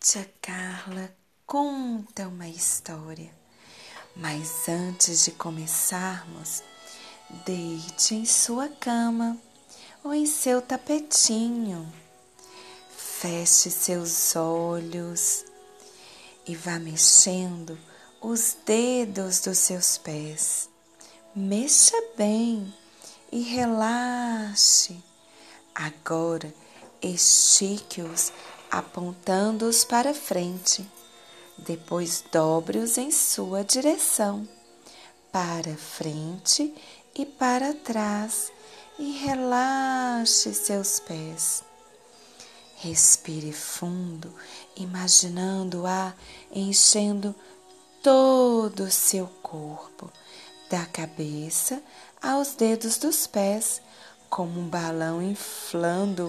Tia Carla conta uma história, mas antes de começarmos, deite em sua cama ou em seu tapetinho, feche seus olhos e vá mexendo os dedos dos seus pés. Mexa bem e relaxe. Agora estique-os apontando-os para frente. Depois dobre-os em sua direção, para frente e para trás, e relaxe seus pés. Respire fundo, imaginando o ar enchendo todo o seu corpo, da cabeça aos dedos dos pés, como um balão inflando.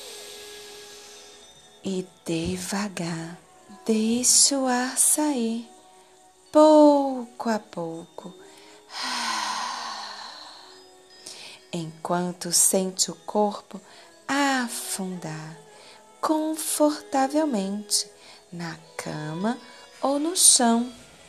E devagar, deixe o ar sair, pouco a pouco, enquanto sente o corpo afundar confortavelmente na cama ou no chão.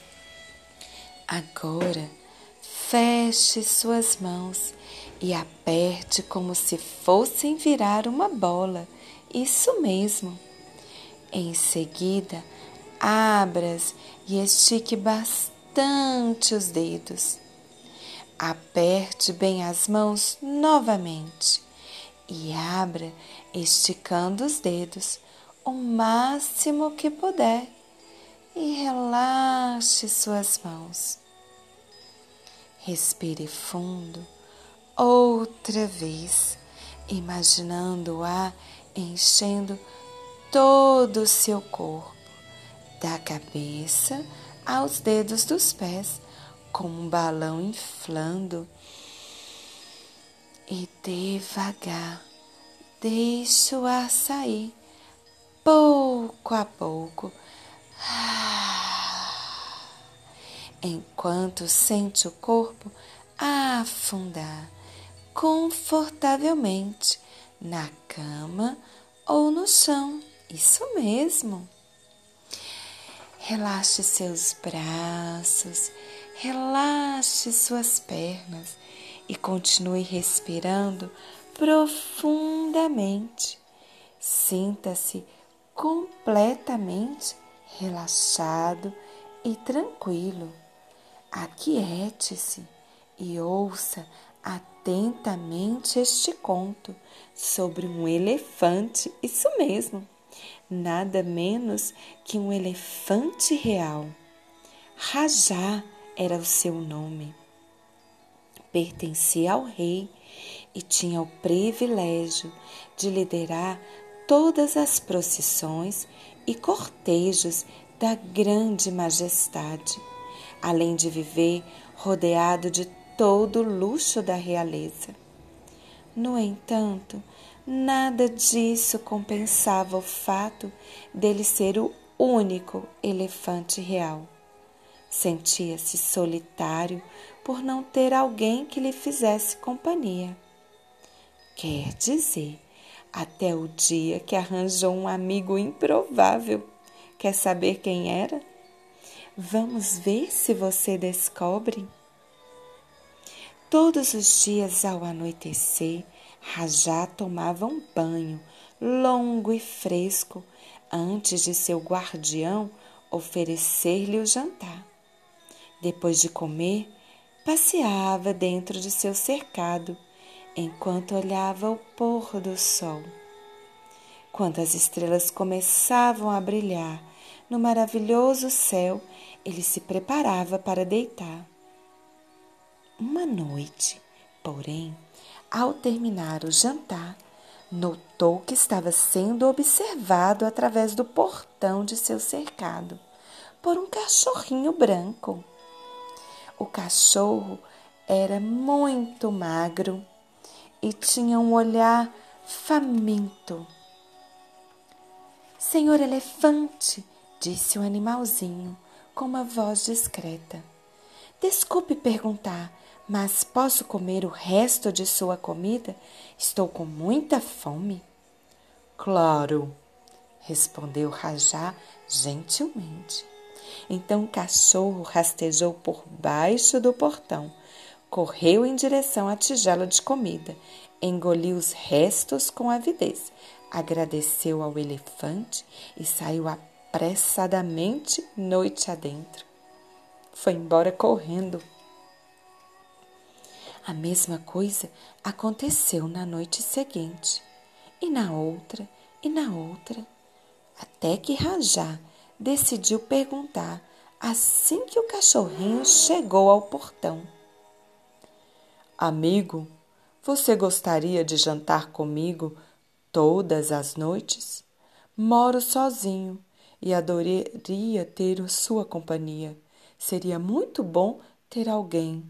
Agora, feche suas mãos e aperte como se fossem virar uma bola. Isso mesmo. Em seguida, abra-as e estique bastante os dedos. Aperte bem as mãos novamente e abra, esticando os dedos o máximo que puder e relaxe suas mãos. Respire fundo outra vez, imaginando o ar enchendo todo o seu corpo, da cabeça aos dedos dos pés, como um balão inflando. E devagar, deixe o ar sair, pouco a pouco, enquanto sente o corpo afundar confortavelmente na cama ou no chão. Isso mesmo. Relaxe seus braços, relaxe suas pernas e continue respirando profundamente. Sinta-se completamente relaxado e tranquilo. Aquiete-se e ouça atentamente este conto sobre um elefante, isso mesmo, nada menos que um elefante real. Rajá era o seu nome. Pertencia ao rei e tinha o privilégio de liderar todas as procissões e cortejos da grande majestade, além de viver rodeado de todo o luxo da realeza. No entanto, nada disso compensava o fato dele ser o único elefante real. Sentia-se solitário por não ter alguém que lhe fizesse companhia. Quer dizer, até o dia que arranjou um amigo improvável. Quer saber quem era? Vamos ver se você descobre. Todos os dias ao anoitecer, Rajá tomava um banho longo e fresco antes de seu guardião oferecer-lhe o jantar. Depois de comer, passeava dentro de seu cercado enquanto olhava o pôr do sol. Quando as estrelas começavam a brilhar no maravilhoso céu, ele se preparava para deitar. Uma noite, porém, ao terminar o jantar, notou que estava sendo observado através do portão de seu cercado por um cachorrinho branco. O cachorro era muito magro e tinha um olhar faminto. Senhor elefante, disse o animalzinho com uma voz discreta. Desculpe perguntar, mas posso comer o resto de sua comida? Estou com muita fome. Claro, respondeu Rajá gentilmente. Então o cachorro rastejou por baixo do portão, correu em direção à tigela de comida, engoliu os restos com avidez, agradeceu ao elefante e saiu apressadamente noite adentro. Foi embora correndo. A mesma coisa aconteceu na noite seguinte, e na outra, até que Rajá decidiu perguntar assim que o cachorrinho chegou ao portão. Amigo, você gostaria de jantar comigo todas as noites? Moro sozinho e adoraria ter sua companhia. Seria muito bom ter alguém.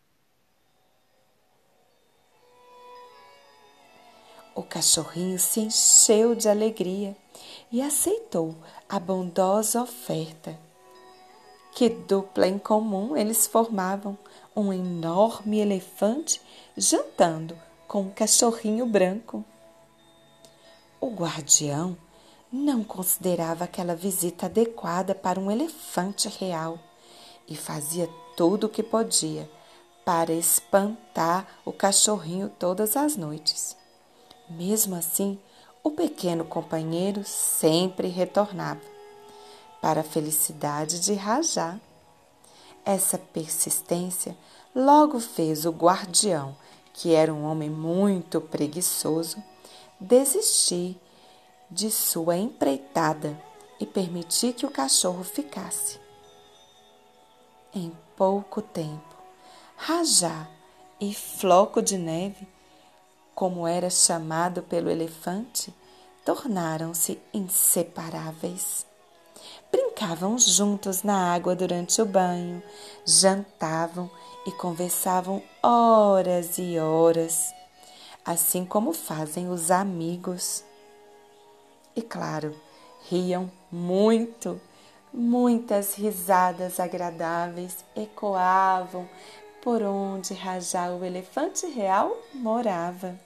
O cachorrinho se encheu de alegria e aceitou a bondosa oferta. Que dupla incomum eles formavam, um enorme elefante jantando com um cachorrinho branco. O guardião não considerava aquela visita adequada para um elefante real e fazia tudo o que podia para espantar o cachorrinho todas as noites. Mesmo assim, o pequeno companheiro sempre retornava, para a felicidade de Rajá. Essa persistência logo fez o guardião, que era um homem muito preguiçoso, desistir de sua empreitada e permitir que o cachorro ficasse. Em pouco tempo, Rajá e Floco de Neve, como era chamado pelo elefante, tornaram-se inseparáveis. Brincavam juntos na água durante o banho, jantavam e conversavam horas e horas, assim como fazem os amigos. E claro, riam muito. Muitas risadas agradáveis ecoavam por onde Rajá, o elefante real, morava.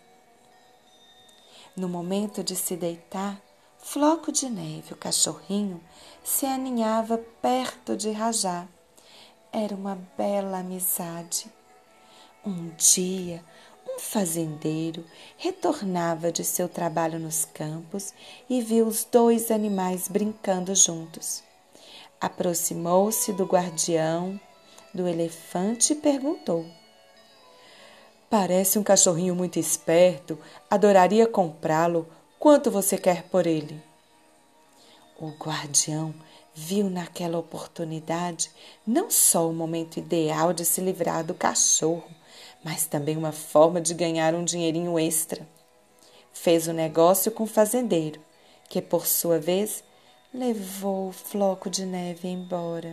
No momento de se deitar, Floco de Neve, o cachorrinho, se aninhava perto de Rajá. Era uma bela amizade. Um dia, um fazendeiro retornava de seu trabalho nos campos e viu os dois animais brincando juntos. Aproximou-se do guardião do elefante e perguntou: Parece um cachorrinho muito esperto, adoraria comprá-lo. Quanto você quer por ele? O guardião viu naquela oportunidade não só o momento ideal de se livrar do cachorro, mas também uma forma de ganhar um dinheirinho extra. Fez o negócio com o fazendeiro, que por sua vez levou o Floco de Neve embora.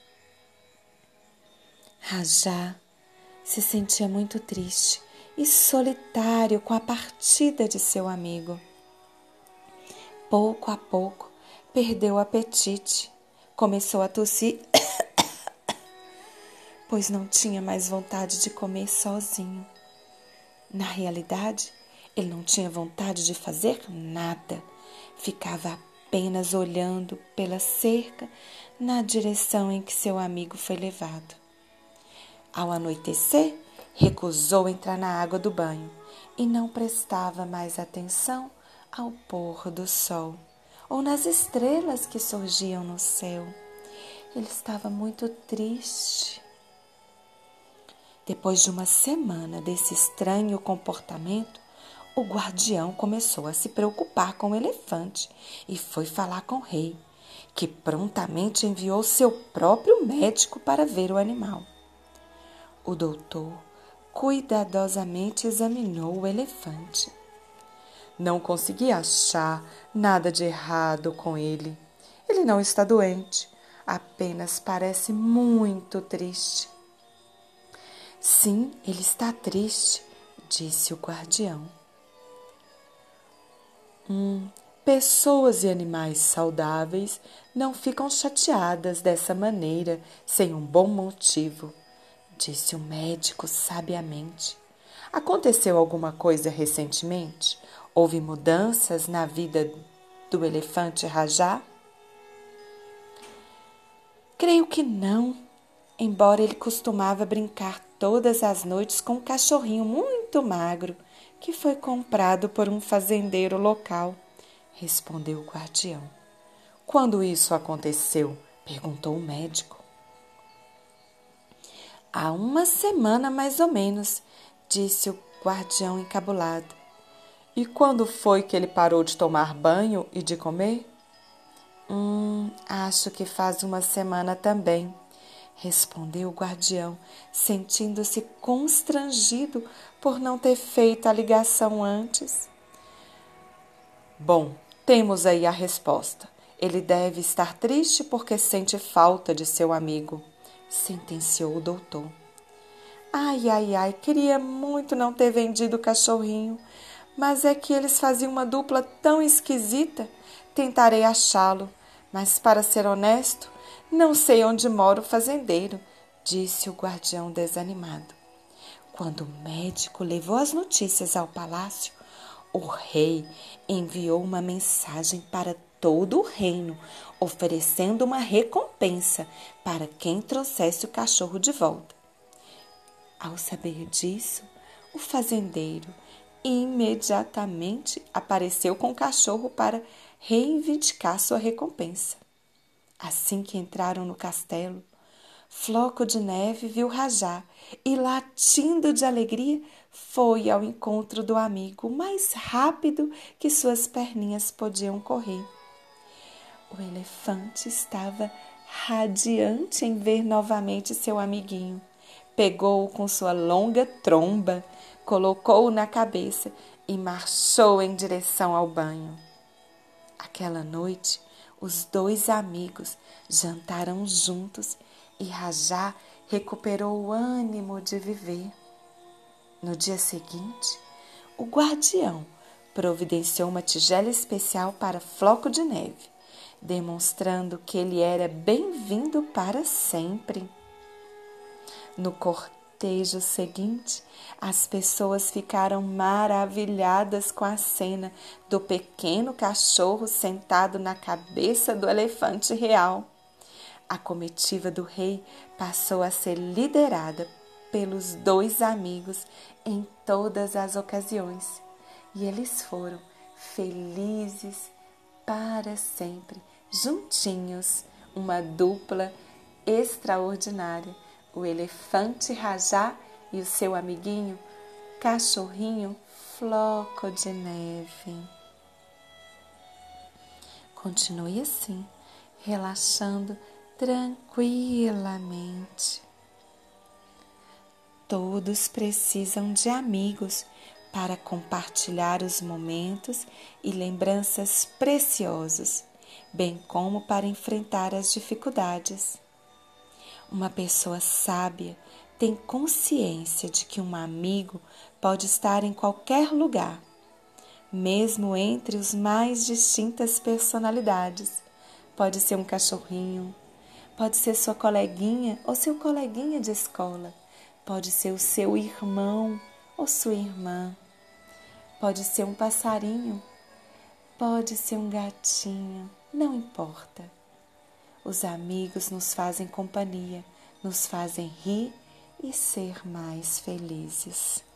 Rajá se sentia muito triste e solitário com a partida de seu amigo. Pouco a pouco, perdeu o apetite, começou a tossir, pois não tinha mais vontade de comer sozinho. Na realidade, ele não tinha vontade de fazer nada, ficava apenas olhando pela cerca na direção em que seu amigo foi levado. Ao anoitecer, recusou entrar na água do banho e não prestava mais atenção ao pôr do sol ou nas estrelas que surgiam no céu. Ele estava muito triste. Depois de uma semana desse estranho comportamento, o guardião começou a se preocupar com o elefante e foi falar com o rei, que prontamente enviou seu próprio médico para ver o animal. O doutor cuidadosamente examinou o elefante. Não conseguia achar nada de errado com ele. Ele não está doente, apenas parece muito triste. Sim, ele está triste, disse o guardião. Pessoas e animais saudáveis não ficam chateadas dessa maneira sem um bom motivo, disse o médico sabiamente. Aconteceu alguma coisa recentemente? Houve mudanças na vida do elefante Rajá? Creio que não, embora ele costumava brincar todas as noites com um cachorrinho muito magro que foi comprado por um fazendeiro local, respondeu o guardião. Quando isso aconteceu? Perguntou o médico. Há uma semana mais ou menos, disse o guardião encabulado. E quando foi que ele parou de tomar banho e de comer? Acho que faz uma semana também, respondeu o guardião, sentindo-se constrangido por não ter feito a ligação antes. Bom, temos aí a resposta. Ele deve estar triste porque sente falta de seu amigo, sentenciou o doutor. Ai, ai, ai, queria muito não ter vendido o cachorrinho, mas é que eles faziam uma dupla tão esquisita. Tentarei achá-lo, mas para ser honesto, não sei onde mora o fazendeiro, disse o guardião desanimado. Quando o médico levou as notícias ao palácio, o rei enviou uma mensagem para todo o reino, oferecendo uma recompensa para quem trouxesse o cachorro de volta. Ao saber disso, o fazendeiro imediatamente apareceu com o cachorro para reivindicar sua recompensa. Assim que entraram no castelo, Floco de Neve viu Rajá e, latindo de alegria, foi ao encontro do amigo o mais rápido que suas perninhas podiam correr. O elefante estava radiante em ver novamente seu amiguinho. Pegou-o com sua longa tromba, colocou-o na cabeça e marchou em direção ao banho. Aquela noite, os dois amigos jantaram juntos e Rajá recuperou o ânimo de viver. No dia seguinte, o guardião providenciou uma tigela especial para Floco de Neve, demonstrando que ele era bem-vindo para sempre. No cortejo seguinte, as pessoas ficaram maravilhadas com a cena do pequeno cachorro sentado na cabeça do elefante real. A comitiva do rei passou a ser liderada pelos dois amigos em todas as ocasiões, e eles foram felizes para sempre, juntinhos, uma dupla extraordinária, o elefante Rajá e o seu amiguinho, cachorrinho Floco de Neve. Continue assim, relaxando tranquilamente. Todos precisam de amigos para compartilhar os momentos e lembranças preciosas, bem como para enfrentar as dificuldades. Uma pessoa sábia tem consciência de que um amigo pode estar em qualquer lugar, mesmo entre os mais distintas personalidades. Pode ser um cachorrinho, pode ser sua coleguinha ou seu coleguinha de escola, pode ser o seu irmão ou sua irmã, pode ser um passarinho, pode ser um gatinho, não importa. Os amigos nos fazem companhia, nos fazem rir e ser mais felizes.